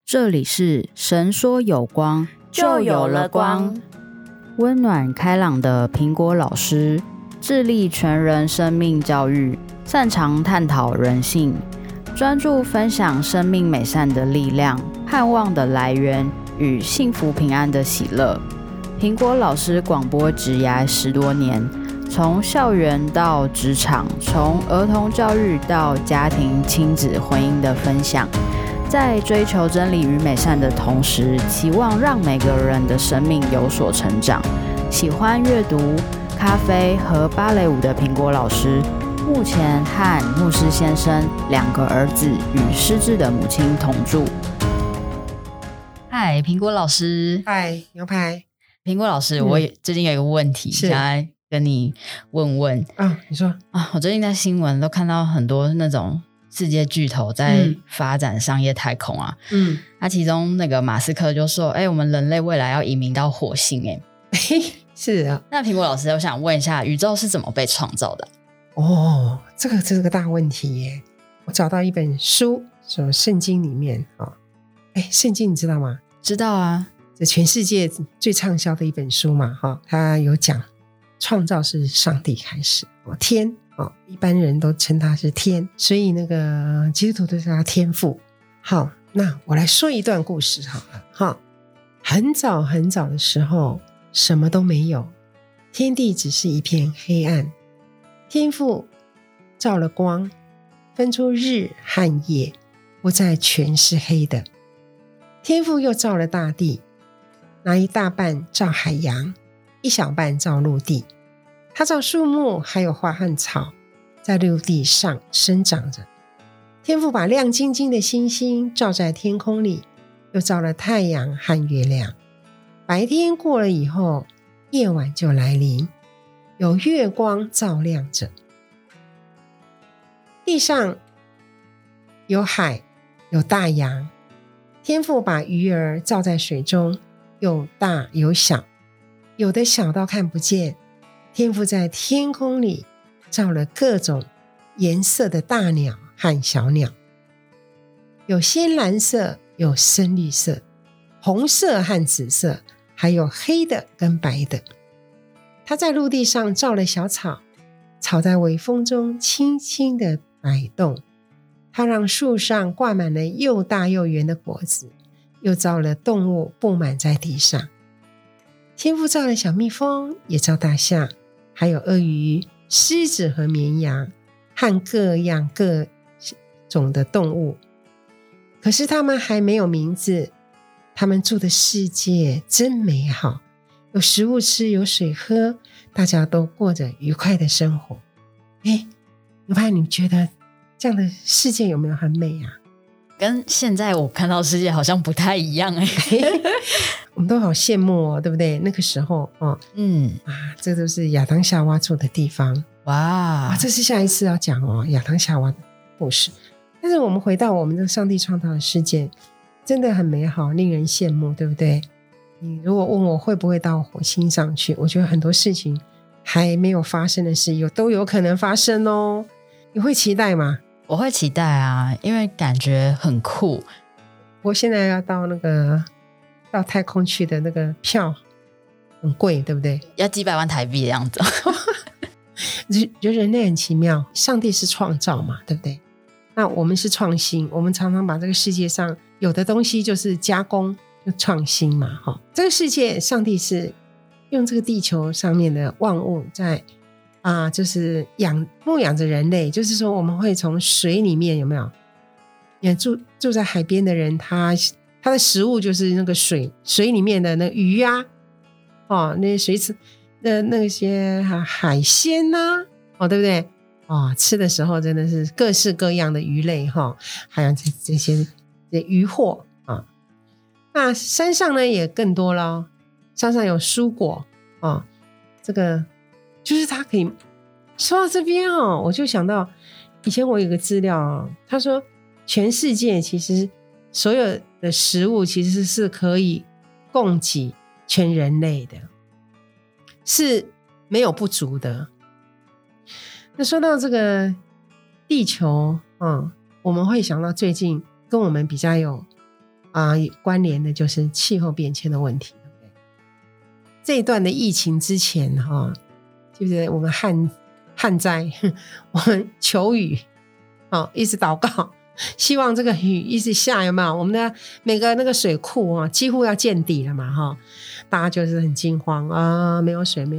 这里是神说有光就有了光， 温暖开朗的苹果老师，致力全人生命教育，擅长探讨人性，专注分享生命美善的力量、盼望的来源与幸福平安的喜乐。苹果老师广播职涯10多年，从校园到职场，从儿童教育到家庭、亲子、婚姻的分享，在追求真理与美善的同时，期望让每个人的生命有所成长。喜欢阅读、咖啡和芭蕾舞的苹果老师，目前和牧师先生2个儿子与失智的母亲同住。嗨，苹果老师。 嗨，牛排。 苹果老师，我最近有一个问题想要跟你问问。 你说。 我最近在新闻都看到很多那种世界巨头在发展商业太空啊。其中那个马斯克就说我们人类未来要移民到火星。 是啊。 那苹果老师，我想问一下，宇宙是怎么被创造的？ 这是个大问题耶。我找到一本书，说圣经里面圣经你知道吗？ 知道啊， 这全世界最畅销的一本书嘛。它有讲创造是上帝开始，天一般人都称它是天，所以那个基督徒都叫它天父。好，那我来说一段故事好了。很早很早的时候，什么都没有，天地只是一片黑暗。天父照了光，分出日和夜，不再全是黑的。天父又照了大地，拿一大半照海洋，一小半照陆地。他照树木还有花和草，在陆地上生长着。天父把亮晶晶的星星照在天空里，又照了太阳和月亮。白天过了以后，夜晚就来临，有月光照亮着。地上有海，有大洋。天父把鱼儿照在水中，有大有小，有的小到看不见。天父在天空里照了各种颜色的大鸟和小鸟，有鲜蓝色，有深绿色，红色和紫色，还有黑的跟白的。他在陆地上照了小草，草在微风中轻轻地摆动。他让树上挂满了又大又圆的果子，又照了动物布满在地上。天父照了小蜜蜂，也照大象，还有鳄鱼、狮子和绵羊，和各样各种的动物。可是他们还没有名字。他们住的世界真美好，有食物吃，有水喝，大家都过着愉快的生活。牛排，你觉得这样的世界有没有很美啊？ 跟现在我看到的世界好像不太一样。 我们都好羡慕对不对？那个时候这都是亚当夏娃住的地方。哇，这是下一次要讲亚当夏娃的故事。但是我们回到我们的上帝创造的世界，真的很美好，令人羡慕，对不对？你如果问我会不会到火星上去，我觉得很多事情还没有发生的事都有可能发生哦。你会期待吗？ 我会期待啊，因为感觉很酷。 我现在要到太空去的那个票很贵，对不对？ 要几百万台币的样子。 觉得人类很奇妙，上帝是创造嘛，对不对？那我们是创新，我们常常把这个世界上有的东西就是加工，就创新嘛。这个世界上帝是用这个地球上面的万物在就是牧养着人类。就是说我们会从水里面，有没有也住在海边的人，他的食物就是那个水里面的那鱼啊，那些水池的那些海鲜啊，对不对？吃的时候真的是各式各样的鱼类还有这些渔获那山上呢也更多了，山上有蔬果这个就是它可以。说到这边我就想到以前我有个资料他说全世界其实所有的食物其实是可以供给全人类的，是没有不足的。那说到这个地球我们会想到最近跟我们比较有关联的就是气候变迁的问题，对不对？这一段的疫情之前就是我们旱灾，我们求雨，一直祷告，希望这个雨一直下，有没有？我们的每个那个水库几乎要见底了嘛，大家就是很惊慌没有水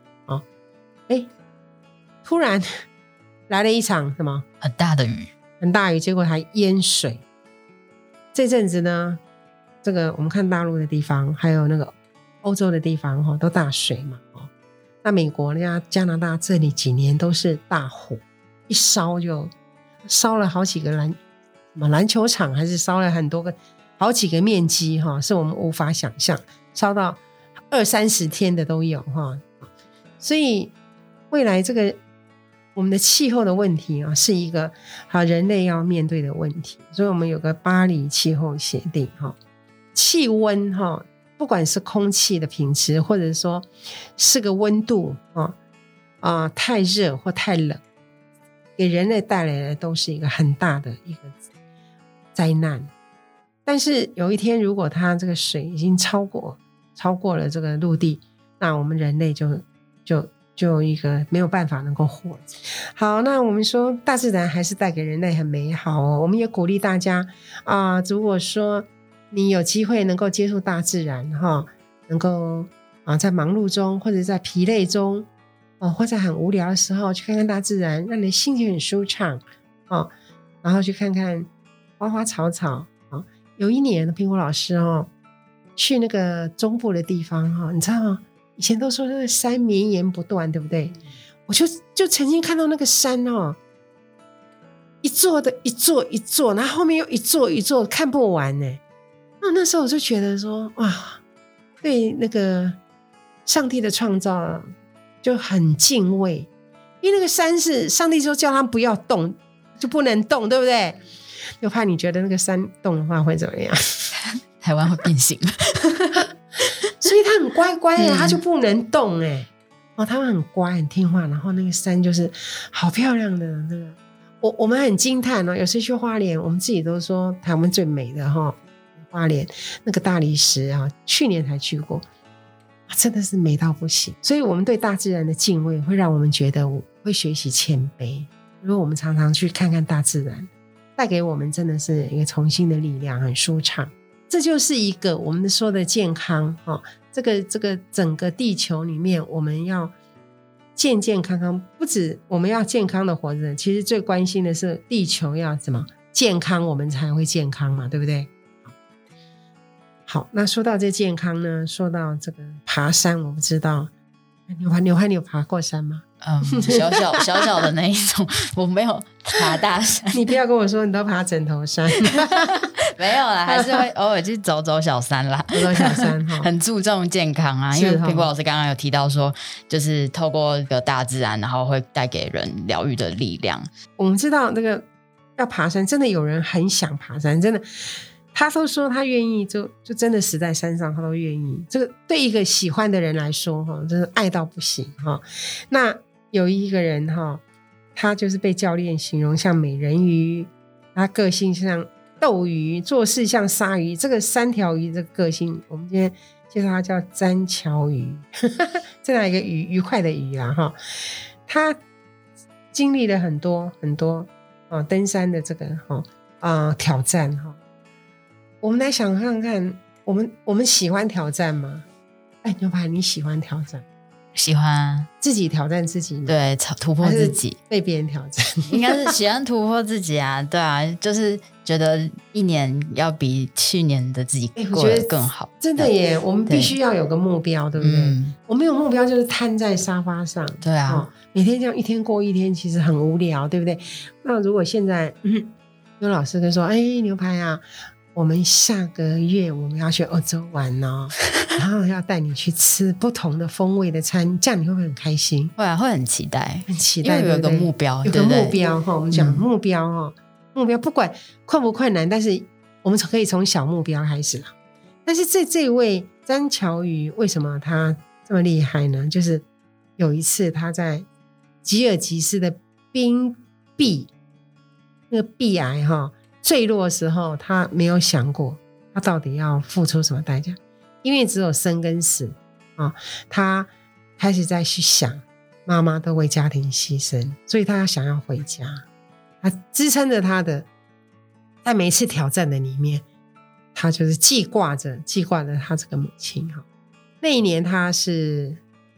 突然来了一场什么很大的雨， 结果还淹水。这阵子呢，这个我们看大陆的地方，还有那个欧洲的地方都大水嘛。那美国加拿大这里几年都是大火，一烧就烧了好几个篮球场，还是烧了好几个面积是我们无法想象，烧到20-30天的都有所以未来这个我们的气候的问题是一个人类要面对的问题。所以我们有个巴黎气候协定气温不管是空气的品质，或者说是个温度太热或太冷，给人类带来的都是一个很大的一个灾难。但是有一天如果它这个水已经超过了这个陆地，那我们人类就一个没有办法能够活着。好，那我们说大自然还是带给人类很美好我们也鼓励大家如果说你有机会能够接触大自然能够在忙碌中，或者在疲累中或者很无聊的时候去看看大自然，让你的心情很舒畅然后去看看花花草草有一年苹果老师去那个中部的地方你知道吗？以前都说那个山绵延不断，对不对？我就曾经看到那个山一座的一座，然后后面又一座看不完呢。那时候我就觉得说哇，对那个上帝的创造就很敬畏，因为那个山是上帝说叫他不要动就不能动，对不对？就怕你觉得那个山动的话会怎么样？ 台湾会变形所以他很乖乖他就不能动他们很乖很听话，然后那个山就是好漂亮的那个，我们很惊叹有时去花莲，我们自己都说台湾最美的花莲那个大理石去年才去过真的是美到不行。所以我们对大自然的敬畏会让我们觉得会学习谦卑，如果我们常常去看看大自然，带给我们真的是一个重新的力量，很舒畅。这就是一个我们说的健康这个整个地球里面，我们要健康，不止我们要健康的活着，其实最关心的是地球要怎么健康，我们才会健康嘛，对不对？好，那说到这健康呢，说到这个爬山，我不知道牛汉你有爬过山吗？ 小小的那一种，我没有爬大山。 你不要跟我说你都爬枕头山没有啦，还是会偶尔去走走小山啦， 走小山很注重健康因为苹果老师刚刚有提到说，就是透过一个大自然，然后会带给人疗愈的力量。 我们知道那个要爬山，真的有人很想爬山，真的他都说他愿意，就真的死在山上他都愿意。这个对一个喜欢的人来说真的爱到不行那有一个人他就是被教练形容像美人鱼，他个性像斗鱼，做事像鲨鱼。这个三条鱼这个个性，我们今天介绍他叫詹乔鱼这样一个愉快的鱼他经历了很多登山的这个挑战我们来想看看，我们喜欢挑战吗？牛排你喜欢挑战？ 喜欢自己挑战自己吗？ 对，突破自己， 被别人挑战应该是喜欢突破自己对啊，就是觉得一年要比去年的自己过得更好真的耶，我们必须要有个目标，对不对？我们有目标就是瘫在沙发上， 对啊每天这样一天过一天其实很无聊，对不对？那如果现在有老师跟说牛排我们下个月我们要去欧洲玩然后要带你去吃不同的风味的餐，这样你会不会很开心？ 会会很期待， 很期待， 因为有个目标， 有个目标我们讲目标目标不管困不困难，但是我们可以从小目标开始了。但是这位詹乔鱼为什么他这么厉害呢？就是有一次他在吉尔吉斯的冰壁那个壁崖坠落的时候，他没有想过， 他到底要付出什么代价？因为只有生跟死他开始在去想妈妈都为家庭牺牲，所以他想要回家。他支撑着他的，在每一次挑战的里面，他就是记挂着他这个母亲。那一年他是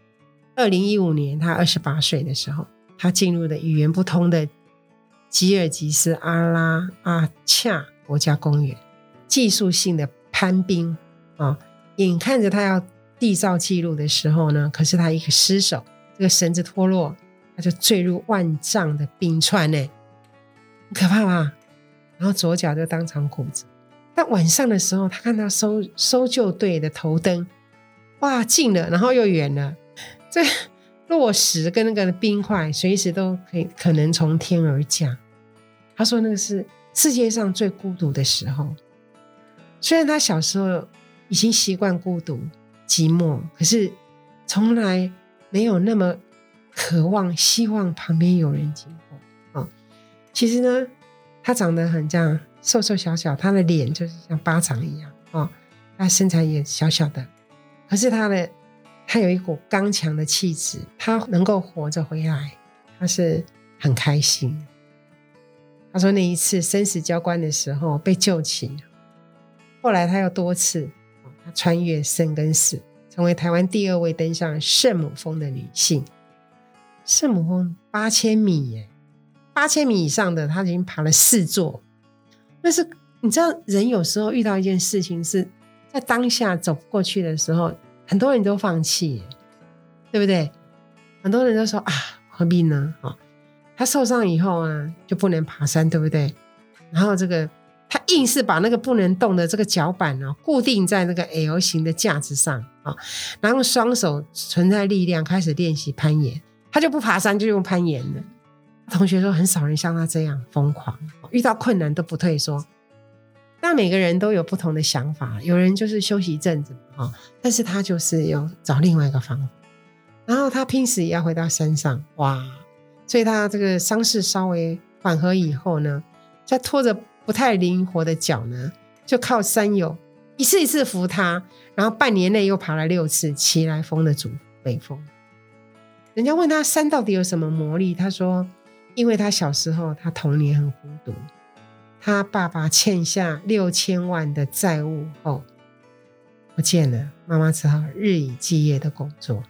2015年，他28岁的时候，他进入了语言不通的吉尔吉斯阿拉阿恰国家公园，技术性的攀冰眼看着他要缔造纪录的时候呢，可是他一个失手，这个绳子脱落，他就坠入万丈的冰川，很可怕吧？然后左脚就当场骨折。但晚上的时候，他看到搜救队的头灯，哇，近了，然后又远了，这落石跟那个冰块随时都可能从天而降。他说那个是世界上最孤独的时候。虽然他小时候已经习惯孤独寂寞，可是从来没有那么渴望希望旁边有人经过其实呢，他长得很这样瘦瘦小小，他的脸就是像巴掌一样他身材也小小的，可是他有一股刚强的气质，他能够活着回来，他是很开心。他说那一次生死交关的时候被救起，后来他又多次他穿越生跟死，成为台湾第2位登上圣母峰的女性。圣母峰8000米耶，8000米以上的他已经爬了4座。但是你知道人有时候遇到一件事情是在当下走不过去的时候，很多人都放弃耶，对不对？很多人都说何必呢他受伤以后就不能爬山，对不对？然后他硬是把那个不能动的这个脚板固定在那个 L 型的架子上然后双手存在力量开始练习攀岩。他就不爬山，就用攀岩了。同学说很少人像他这样疯狂，遇到困难都不退缩。那每个人都有不同的想法，有人就是休息一阵子但是他就是有找另外一个方法。然后他拼死也要回到山上，哇！所以他这个伤势稍微缓和以后呢，就拖着不太灵活的脚呢，就靠山友一次一次扶他，然后半年内又爬了6次奇来峰的主北峰。人家问他山到底有什么魔力，他说因为他小时候他童年很孤独，他爸爸欠下6000万的债务后不见了，妈妈只好日以继夜的工作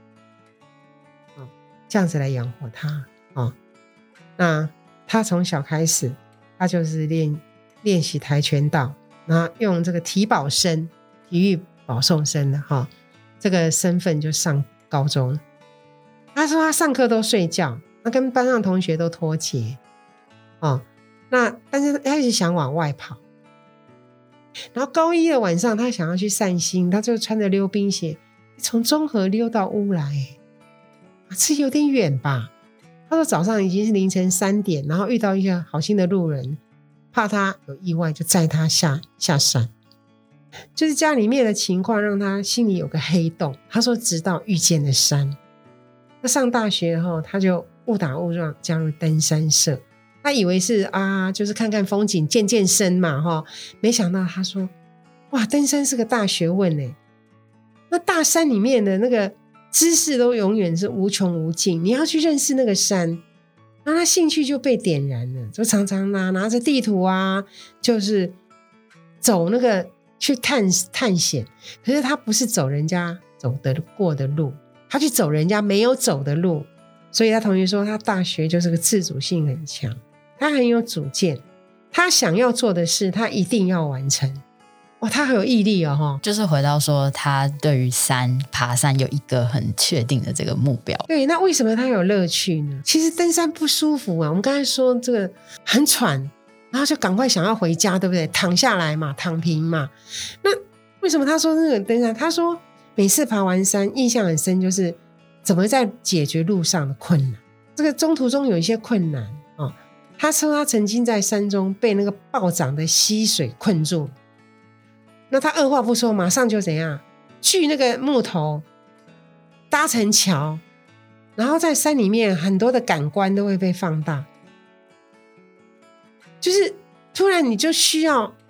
这样子来养活他那他从小开始他就是练习跆拳道，然后用这个体保生体育保送生的这个身份就上高中。他说他上课都睡觉，他跟班上同学都脱节但是他一直想往外跑。然后高1的晚上他想要去散心，他就穿着溜冰鞋从中和溜到乌来这有点远吧。他说早上已经是凌晨3点，然后遇到一个好心的路人，怕他有意外就载他下山。就是家里面的情况让他心里有个黑洞。他说直到遇见了山。他上大学后他就误打误撞加入登山社，他以为是就是看看风景健身嘛没想到他说哇，登山是个大学问耶。那大山里面的那个知识都永远是无穷无尽，你要去认识那个山，然后他兴趣就被点燃了，就常常拿着地图就是走那个去探险。可是他不是走人家走得过的路，他去走人家没有走的路。所以他同学说他大学就是个自主性很强，他很有主见，他想要做的事他一定要完成。他很有毅力就是回到说他对于爬山有一个很确定的这个目标。 对，那为什么他有乐趣呢？其实登山不舒服我们刚才说这个很喘，然后就赶快想要回家，对不对？躺下来嘛，躺平嘛。那为什么他说那个登山，他说每次爬完山印象很深，就是怎么在解决路上的困难。这个中途中有一些困难他说他曾经在山中被那个暴涨的溪水困住，那他二话不说马上就怎样锯那个木头搭成桥，然后在山里面很多的感官都会被放大，就是突然你就需要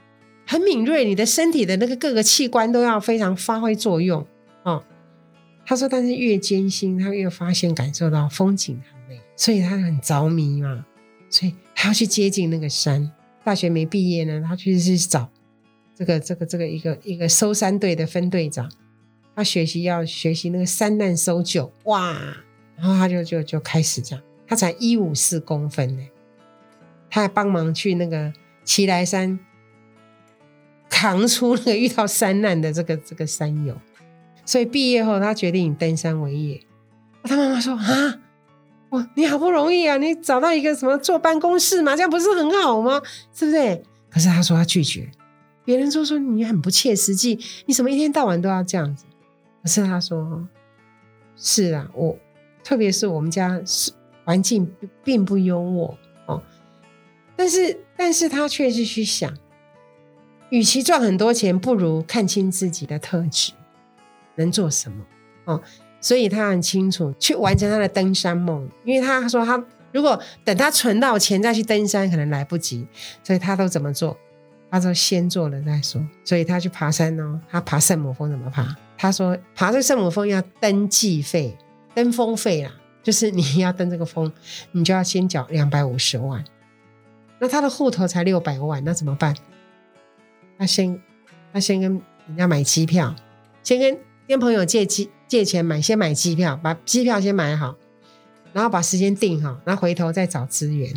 很敏锐，你的身体的那个各个器官都要非常发挥作用哦。他说但是越艰辛他越发现感受到风景很美，所以他很着迷嘛，所以他要去接近那个山。大学没毕业呢，他去找这个一个搜山队的分队长，他要学习那个山难搜救，哇，然后他就开始这样。他才154公分呢，他还帮忙去那个奇来山扛出那个遇到山难的这个山友。所以毕业后他决定以登山为业。他妈妈说啊，你好不容易啊，你找到一个什么坐办公室嘛，这样不是很好吗？是不是？可是他说他拒绝，别人说你很不切实际，你怎么一天到晚都要这样子？可是他说是啊，特别是我们家环境并不优渥哦，但是他却是去想，与其赚很多钱，不如看清自己的特质能做什么哦。所以他很清楚去完成他的登山梦，因为他说他如果等他存到钱再去登山可能来不及，所以他都怎么做？他说先做了再说。所以他去爬山哦，他爬圣母峰怎么爬？他说爬这圣母峰要登记费，登峰费啦，就是你要登这个峰你就要先缴250万，那他的户头才600万，那怎么办？他先跟人家买机票，先跟朋友借钱先买机票，把机票先买好，然后把时间定好，然后回头再找资源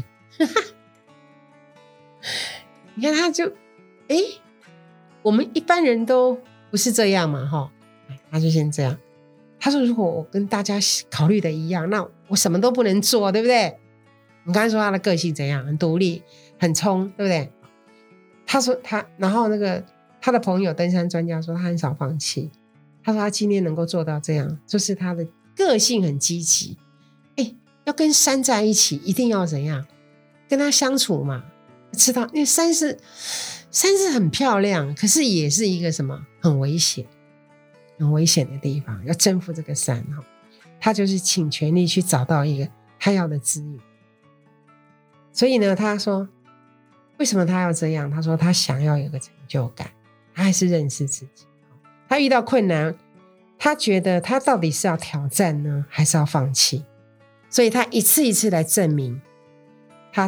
你看他就我们一般人都不是这样嘛他就先这样。他说如果我跟大家考虑的一样，那我什么都不能做，对不对？你刚才说他的个性怎样，很独立很冲，对不对？他说然后那个他的朋友登山专家说他很少放弃，他说他今天能够做到这样，就是他的个性很积极。要跟山在一起一定要怎样跟他相处嘛，知道因为山是很漂亮，可是也是一个什么很危险的地方，要征服这个山他就是倾全力去找到一个他要的资源。所以呢他说为什么他要这样，他说他想要有个成就感，他还是认识自己。他遇到困难他觉得他到底是要挑战呢还是要放弃，所以他一次一次来证明他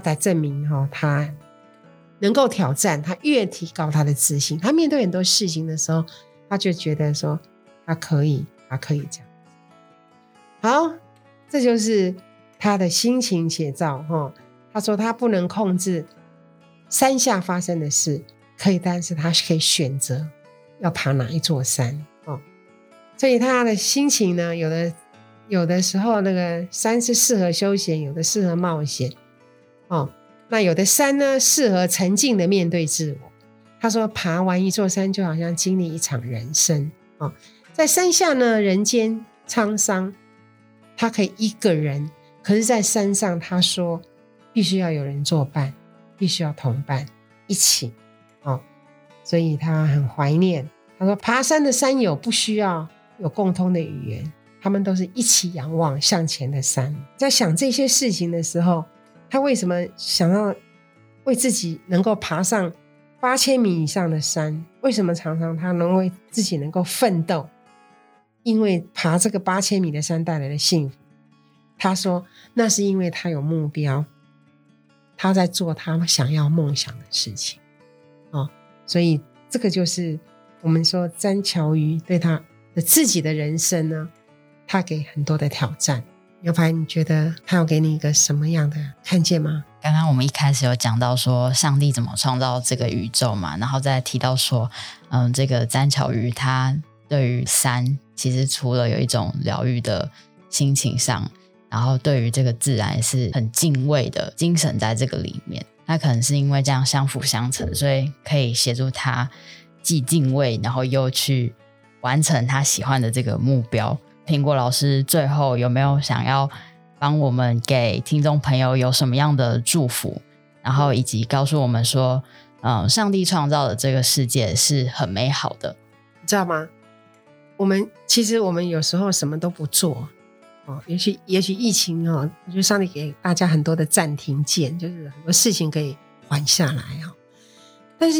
能够挑战，他越提高他的自信，他面对很多事情的时候他就觉得说他可以这样子。好，这就是他的心情写照他说他不能控制山下发生的事，但是他可以选择要爬哪一座山所以他的心情呢，有的时候那个山是适合休闲，有的适合冒险那有的山呢适合沉静的面对自我。他说爬完一座山就好像经历一场人生在山下呢人间沧桑，他可以一个人，可是在山上他说必须要有人作伴，必须要同伴一起所以他很怀念。他说爬山的山友不需要有共通的语言，他们都是一起仰望向前的山。在想这些事情的时候，他为什么想要为自己能够爬上8000米以上的山，为什么常常他能为自己能够奋斗？因为爬这个8000米的山带来的幸福。他说那是因为他有目标，他在做他想要梦想的事情所以这个就是我们说詹乔瑜对他的自己的人生呢，他给很多的挑战。牛排，你觉得他有给你一个什么样的看见吗？ 刚刚我们一开始有讲到说上帝怎么创造这个宇宙嘛，然后再提到说这个詹乔瑜他对于山其实除了有一种疗愈的心情上，然后对于这个自然也是很敬畏的精神在这个里面。他可能是因为这样相辅相成，所以可以协助他既敬畏然后又去完成他喜欢的这个目标。苹果老师最后有没有想要帮我们给听众朋友有什么样的祝福，然后以及告诉我们说上帝创造的这个世界是很美好的？ 你知道吗？其实我们有时候什么都不做也许疫情我觉得上帝给大家很多的暂停键，就是很多事情可以缓下来但是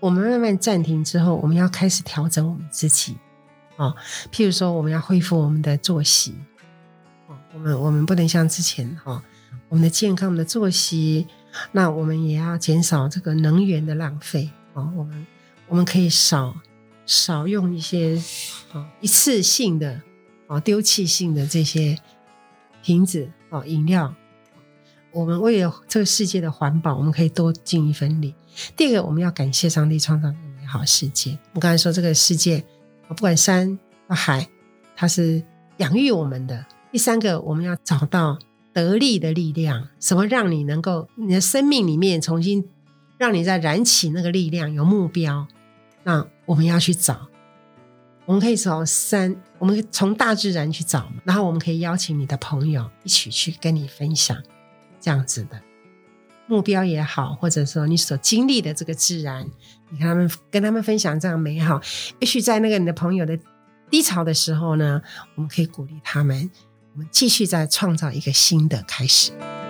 我们慢慢暂停之后，我们要开始调整我们自己譬如说我们要恢复我们的作息我们不能像之前我们的健康的作息，那我们也要减少这个能源的浪费我们可以少用一些一次性的丢弃性的这些瓶子饮料。我们为了这个世界的环保，我们可以多尽一分力。第二个，我们要感谢上帝创造这个美好世界。我刚才说这个世界不管山或海，它是养育我们的。第三个，我们要找到得力的力量，什么让你能够你的生命里面重新让你再燃起那个力量，有目标。那我们要去找，我们可以我们从大自然去找，然后我们可以邀请你的朋友一起去跟你分享这样子的目标也好，或者说你所经历的这个自然，你跟他们分享这样美好。也许在那个你的朋友的低潮的时候呢，我们可以鼓励他们，我们继续再创造一个新的开始。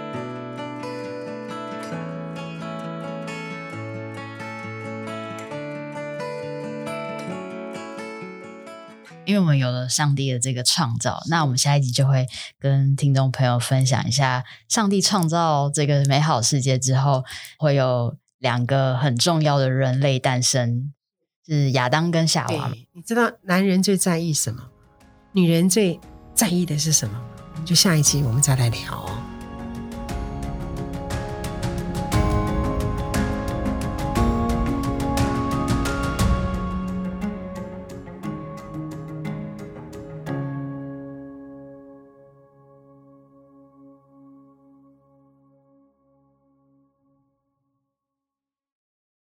因为我们有了上帝的这个创造，那我们下一集就会跟听众朋友分享一下上帝创造这个美好世界之后，会有2个很重要的人类诞生，是亚当跟夏娃。 你知道男人最在意什么？女人最在意的是什么？就下一集我们再来聊